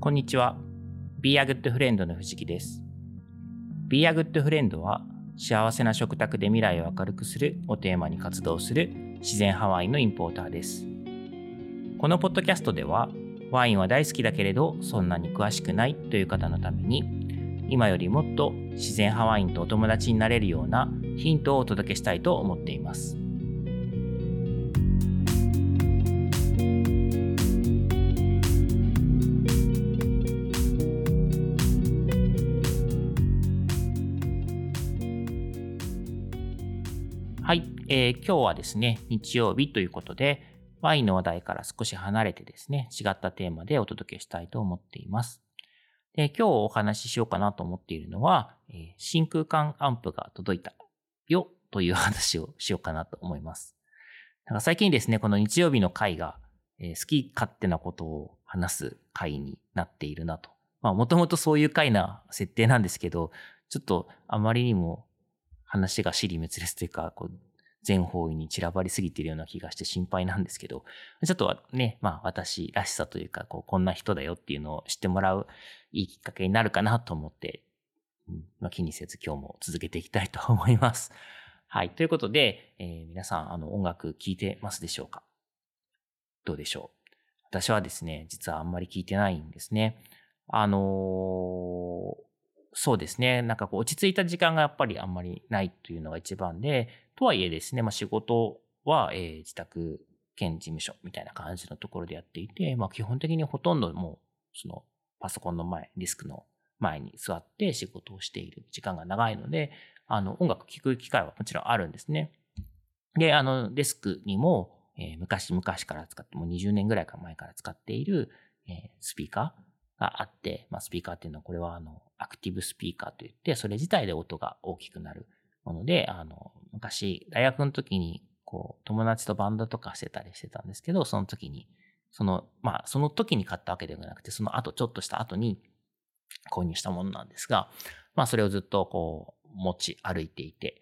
こんにちは。Be a Good Friend の藤木です。Be a Good Friend は幸せな食卓で未来を明るくするをテーマに活動する自然ハワイのインポーターです。このポッドキャストではワインは大好きだけれどそんなに詳しくないという方のために今よりもっと自然ハワインとお友達になれるようなヒントをお届けしたいと思っています。はい、今日はですね、日曜日ということで、ワインの話題から少し離れてですね、違ったテーマでお届けしたいと思っています。で、今日お話ししようかなと思っているのは、真空管アンプが届いたよという話をしようかなと思います。なんか最近ですね、この日曜日の回が、好き勝手なことを話す回になっているなと。もともとそういう回な設定なんですけど、ちょっとあまりにも話が支離滅裂というか、全方位に散らばりすぎているような気がして心配なんですけど、ちょっとね、私らしさというか、こんな人だよっていうのを知ってもらういいきっかけになるかなと思って、気にせず今日も続けていきたいと思います。はい。ということで、皆さん、音楽聴いてますでしょうか？どうでしょう？私はですね、実はあんまり聴いてないんですね。そうですね。なんか落ち着いた時間がやっぱりあんまりないというのが一番で、とはいえですね、仕事は、自宅兼事務所みたいな感じのところでやっていて、基本的にほとんどもう、パソコンの前、ディスクの前に座って仕事をしている時間が長いので、音楽聴く機会はもちろんあるんですね。で、デスクにも、昔から使って、もう20年ぐらい前から使っている、スピーカーがあって、スピーカーっていうのはこれはアクティブスピーカーといって、それ自体で音が大きくなるもので、昔、大学の時に、友達とバンドとかしてたりしてたんですけど、その時に、その時に買ったわけではなくて、その後、ちょっとした後に購入したものなんですが、それをずっと持ち歩いていて、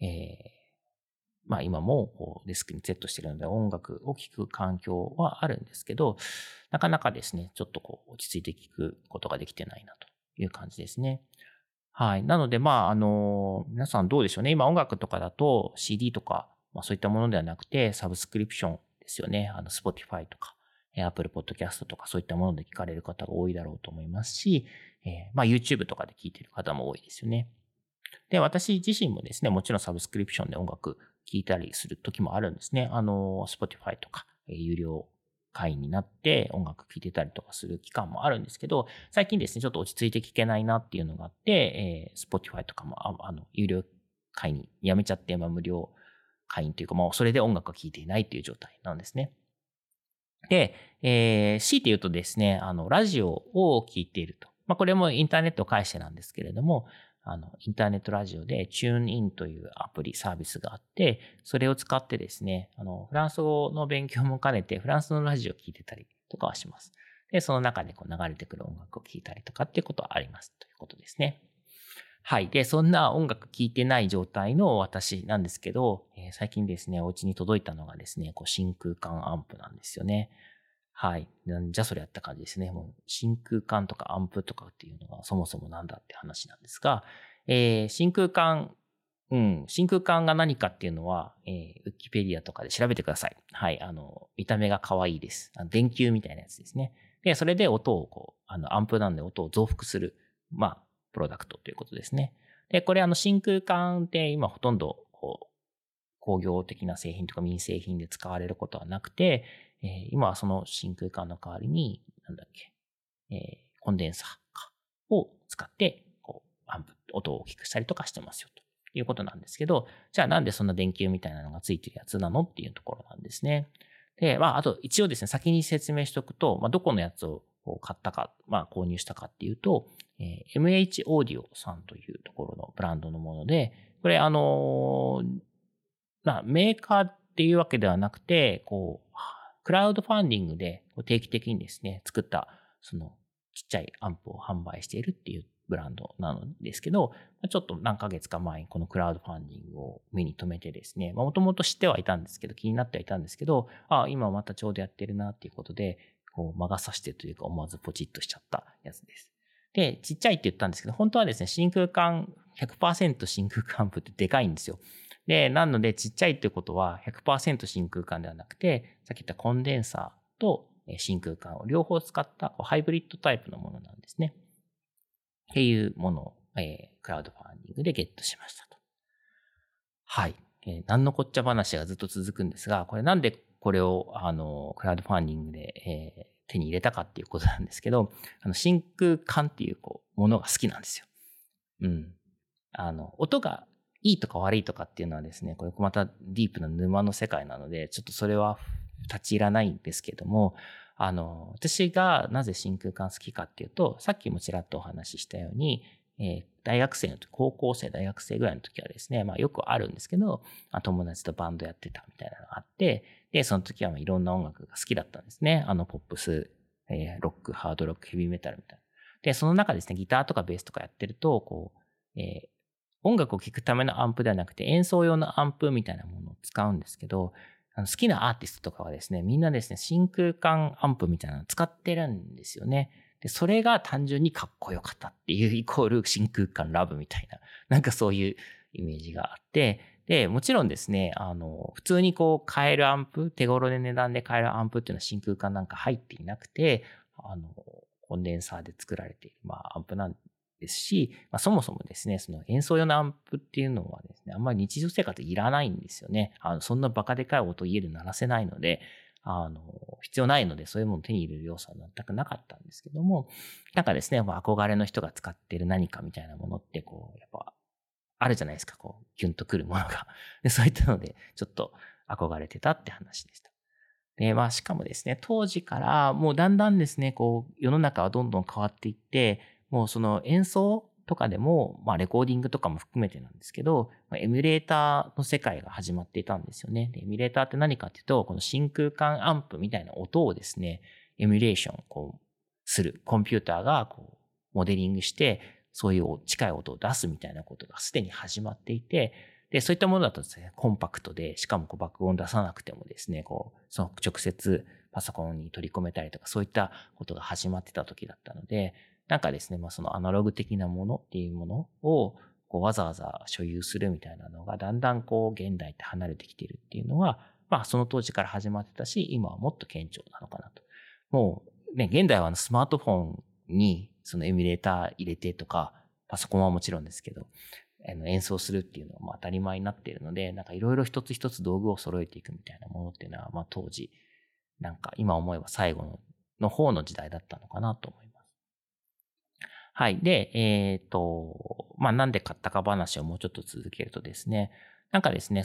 今もデスクにセットしているので音楽を聴く環境はあるんですけど、なかなかですね、ちょっと落ち着いて聴くことができてないなという感じですね。はい。なので、皆さんどうでしょうね。今音楽とかだと CD とか、そういったものではなくてサブスクリプションですよね。Spotify とか、Apple Podcast とかそういったもので聞かれる方が多いだろうと思いますし、YouTube とかで聞いている方も多いですよね。で、私自身もですね、もちろんサブスクリプションで音楽聴いたりする時もあるんですね。Spotify とか、有料会員になって音楽聴いてたりとかする期間もあるんですけど、最近ですね、ちょっと落ち着いて聴けないなっていうのがあって、Spotify とかも、有料会員やめちゃって、無料会員というか、それで音楽を聴いていないっていう状態なんですね。で、強いて言うとですね、ラジオを聴いていると。これもインターネットを介してなんですけれども、インターネットラジオで TuneIn というアプリ、サービスがあって、それを使ってですね、フランス語の勉強も兼ねて、フランスのラジオを聞いてたりとかはします。で、その中で流れてくる音楽を聴いたりとかっていうことはありますということですね。はい。で、そんな音楽聴いてない状態の私なんですけど、最近ですね、お家に届いたのがですね、真空管アンプなんですよね。はい。なんじゃそれやった感じですね。もう真空管とかアンプとかっていうのがそもそもなんだって話なんですが、真空管が何かっていうのは、ウィキペディアとかで調べてください。はい。見た目が可愛いです。電球みたいなやつですね。で、それで音をアンプなんで音を増幅する、プロダクトということですね。で、これ真空管って今ほとんど工業的な製品とか民生品で使われることはなくて、今はその真空管の代わりに、コンデンサーを使って、音を大きくしたりとかしてますよということなんですけど、じゃあなんでそんな電球みたいなのがついてるやつなのっていうところなんですね。で、あと一応ですね、先に説明しておくと、どこのやつを買ったか、購入したかっていうと、MH オーディオさんというところのブランドのもので、これメーカーっていうわけではなくて、クラウドファンディングで定期的にですね、作った、ちっちゃいアンプを販売しているっていうブランドなのですけど、ちょっと何ヶ月か前にこのクラウドファンディングを目に留めてですね、もともと知ってはいたんですけど、気になってはいたんですけど、今またちょうどやってるなっていうことで、 こう魔が差してというか思わずポチッとしちゃったやつです。で、ちっちゃいって言ったんですけど、本当はですね、真空管、100% 真空管アンプってでかいんですよ。で、なのでちっちゃいってことは 100% 真空管ではなくて、さっき言ったコンデンサーと真空管を両方使ったハイブリッドタイプのものなんですね。っていうものを、クラウドファンディングでゲットしましたと。はい。何のこっちゃ話がずっと続くんですが、これなんでこれを、クラウドファンディングで、手に入れたかっていうことなんですけど、真空管っていう、ものが好きなんですよ。うん。音がいいとか悪いとかっていうのはですね、これまたディープな沼の世界なので、ちょっとそれは立ち入らないんですけども、私がなぜ真空管好きかっていうと、さっきもちらっとお話ししたように、大学生の時、高校生、大学生ぐらいの時はですね、よくあるんですけど、友達とバンドやってたみたいなのがあって、で、その時はいろんな音楽が好きだったんですね。ポップス、ロック、ハードロック、ヘビーメタルみたいな。で、その中ですね、ギターとかベースとかやってると、音楽を聴くためのアンプではなくて演奏用のアンプみたいなものを使うんですけど、好きなアーティストとかはですね、みんなですね、真空管アンプみたいなのを使ってるんですよね。で、それが単純にかっこよかったっていうイコール真空管ラブみたいな、なんかそういうイメージがあって、で、もちろんですね、普通に買えるアンプ、手頃で値段で買えるアンプっていうのは真空管なんか入っていなくて、コンデンサーで作られている、アンプなんですし、そもそもですね、その演奏用のアンプっていうのはですね、あんまり日常生活いらないんですよね。そんなバカでかい音を家で鳴らせないので、必要ないので、そういうものを手に入れる要素は全くなかったんですけども、なんかですね、憧れの人が使っている何かみたいなものって、やっぱ、あるじゃないですか、キュンとくるものが。で、そういったので、ちょっと憧れてたって話でした。で、しかもですね、当時からもうだんだんですね、世の中はどんどん変わっていって、もうその演奏とかでも、レコーディングとかも含めてなんですけど、エミュレーターの世界が始まっていたんですよね。で、エミュレーターって何かっていうと、この真空管アンプみたいな音をですね、エミュレーションする。コンピューターがモデリングして、そういう近い音を出すみたいなことがすでに始まっていて、で、そういったものだとですね、コンパクトで、しかも爆音出さなくてもですね、その直接パソコンに取り込めたりとか、そういったことが始まってた時だったので、なんかですね、そのアナログ的なものっていうものを、わざわざ所有するみたいなのが、だんだん現代って離れてきているっていうのは、その当時から始まってたし、今はもっと顕著なのかなと。もう、ね、現代はスマートフォンにそのエミュレーター入れてとか、パソコンはもちろんですけど、演奏するっていうのは当たり前になっているので、なんかいろいろ一つ一つ道具を揃えていくみたいなものっていうのは、当時、なんか今思えば最後の方の時代だったのかなと思います。はい。で、なんで買ったか話をもうちょっと続けるとですね、なんかですね、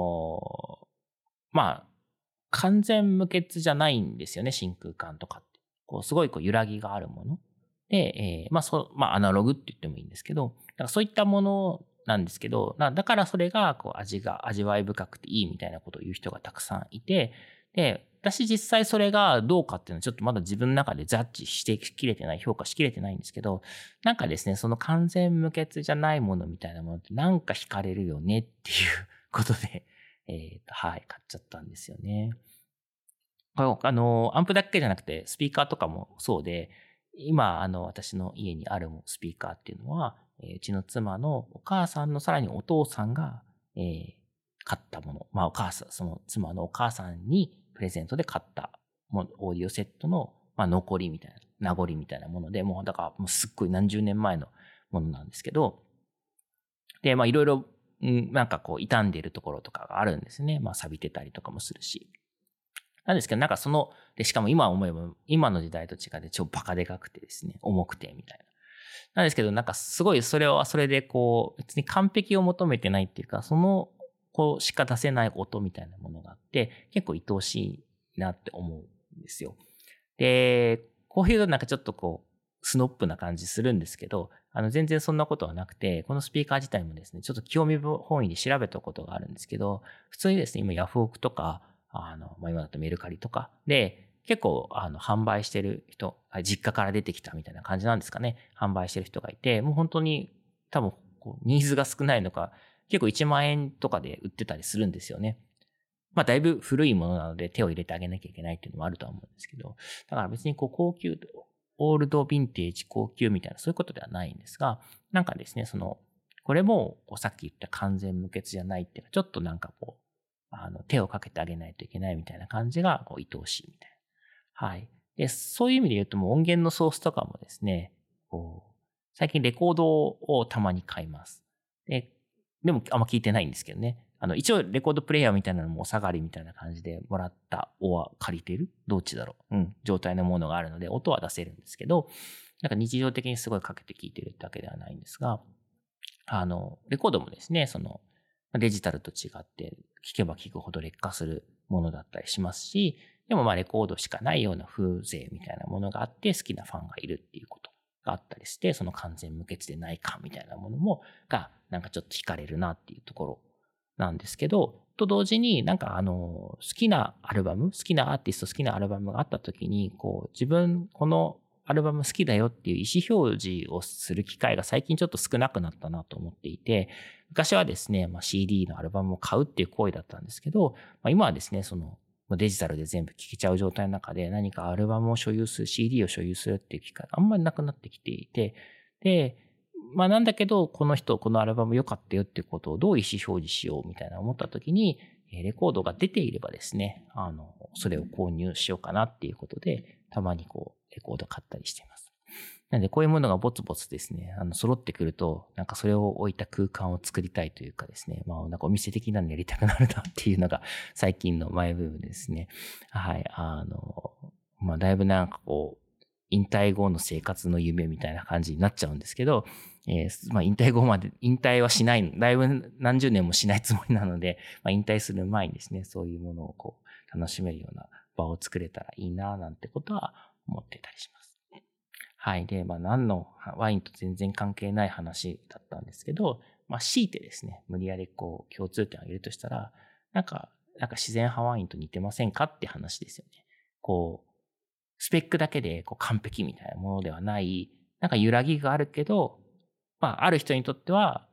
完全無欠じゃないんですよね、真空管とかって。すごい揺らぎがあるもの。で、アナログって言ってもいいんですけど、だからそういったものなんですけど、だからそれが味わい深くていいみたいなことを言う人がたくさんいて、で、私実際それがどうかっていうのはちょっとまだ自分の中でジャッジしてきれてない、評価しきれてないんですけど、なんかですね、その完全無欠じゃないものみたいなものってなんか惹かれるよねっていうことで、はい、買っちゃったんですよね。アンプだけじゃなくて、スピーカーとかもそうで、今、私の家にあるスピーカーっていうのは、うちの妻のお母さんのさらにお父さんが、買ったもの。お母さん、その妻のお母さんにプレゼントで買ったオーディオセットの、残りみたいな、名残みたいなもので、もうだからもうすっごい何十年前のものなんですけど、で、いろいろ、なんか傷んでいるところとかがあるんですね。錆びてたりとかもするし。なんですけど、なんかで、しかも今思えば、今の時代と違って超バカでかくてですね、重くてみたいな。なんですけど、なんかすごいそれはそれで別に完璧を求めてないっていうか、しか出せない音みたいなものがあって、結構愛おしいなって思うんですよ。で、こういうのなんかちょっとスノップな感じするんですけど、全然そんなことはなくて、このスピーカー自体もですね、ちょっと興味本位で調べたことがあるんですけど、普通にですね、今ヤフオクとか、今だとメルカリとかで、結構、販売してる人、実家から出てきたみたいな感じなんですかね。販売してる人がいて、もう本当に多分、ニーズが少ないのか、結構1万円とかで売ってたりするんですよね。 だいぶ古いものなので手を入れてあげなきゃいけないっていうのもあるとは思うんですけど、だから別に高級、オールドヴィンテージ高級みたいなそういうことではないんですが、なんかですね、これもさっき言った完全無欠じゃないっていうのは、ちょっとなんか手をかけてあげないといけないみたいな感じが愛おしいみたいな。はい。で、そういう意味で言うともう音源のソースとかもですね、最近レコードをたまに買います。でもあんま聞いてないんですけどね。一応レコードプレイヤーみたいなのもお下がりみたいな感じでもらったは借りてるどっちだろう状態のものがあるので音は出せるんですけど、なんか日常的にすごいかけて聞いてるってわけではないんですが、レコードもですね、デジタルと違って聞けば聞くほど劣化するものだったりしますし、でもレコードしかないような風情みたいなものがあって好きなファンがいるっていうことがあったりして、その完全無欠でない感みたいなものがなんかちょっと惹かれるなっていうところなんですけど、と同時になんか好きなアルバム、好きなアーティスト、好きなアルバムがあった時に、自分このアルバム好きだよっていう意思表示をする機会が最近ちょっと少なくなったなと思っていて、昔はですね、CD のアルバムを買うっていう行為だったんですけど、今はですね、デジタルで全部聴けちゃう状態の中で何かアルバムを所有する、CD を所有するっていう機会があんまりなくなってきていて、で、なんだけど、このアルバム良かったよっていうことをどう意思表示しようみたいな思った時に、レコードが出ていればですね、それを購入しようかなっていうことで、たまにレコード買ったりしています。なので、こういうものがボツボツですね、揃ってくると、なんかそれを置いた空間を作りたいというかですね、なんかお店的なのやりたくなるなっていうのが最近のマイブームですね。はい。だいぶなんか引退後の生活の夢みたいな感じになっちゃうんですけど、引退後まで、引退はしない、だいぶ何十年もしないつもりなので、引退する前にですね、そういうものを楽しめるような場を作れたらいいな、なんてことは思ってたりします。はい。で、何のワインと全然関係ない話だったんですけど、強いてですね、無理やり共通点を挙げるとしたら、なんか自然派ワインと似てませんかって話ですよね。スペックだけで完璧みたいなものではない、なんか揺らぎがあるけど、ある人にとっては、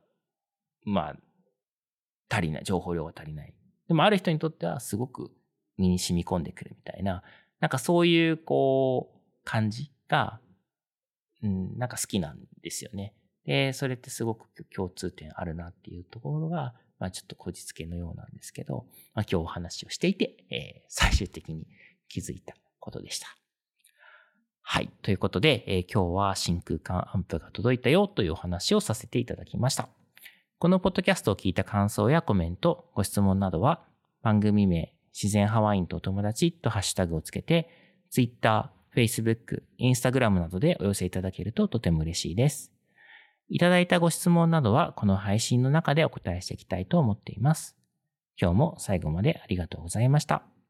足りない、情報量が足りない。でもある人にとってはすごく身に染み込んでくるみたいな、なんかそういう感じが、なんか好きなんですよね。で、それってすごく共通点あるなっていうところが、ちょっとこじつけのようなんですけど、今日お話をしていて、最終的に気づいたことでした。はい。ということで、今日は真空管アンプが届いたよというお話をさせていただきました。このポッドキャストを聞いた感想やコメント、ご質問などは番組名自然派ワインとお友達とハッシュタグをつけて Twitter、Facebook、Instagram などでお寄せいただけるととても嬉しいです。いただいたご質問などはこの配信の中でお答えしていきたいと思っています。今日も最後までありがとうございました。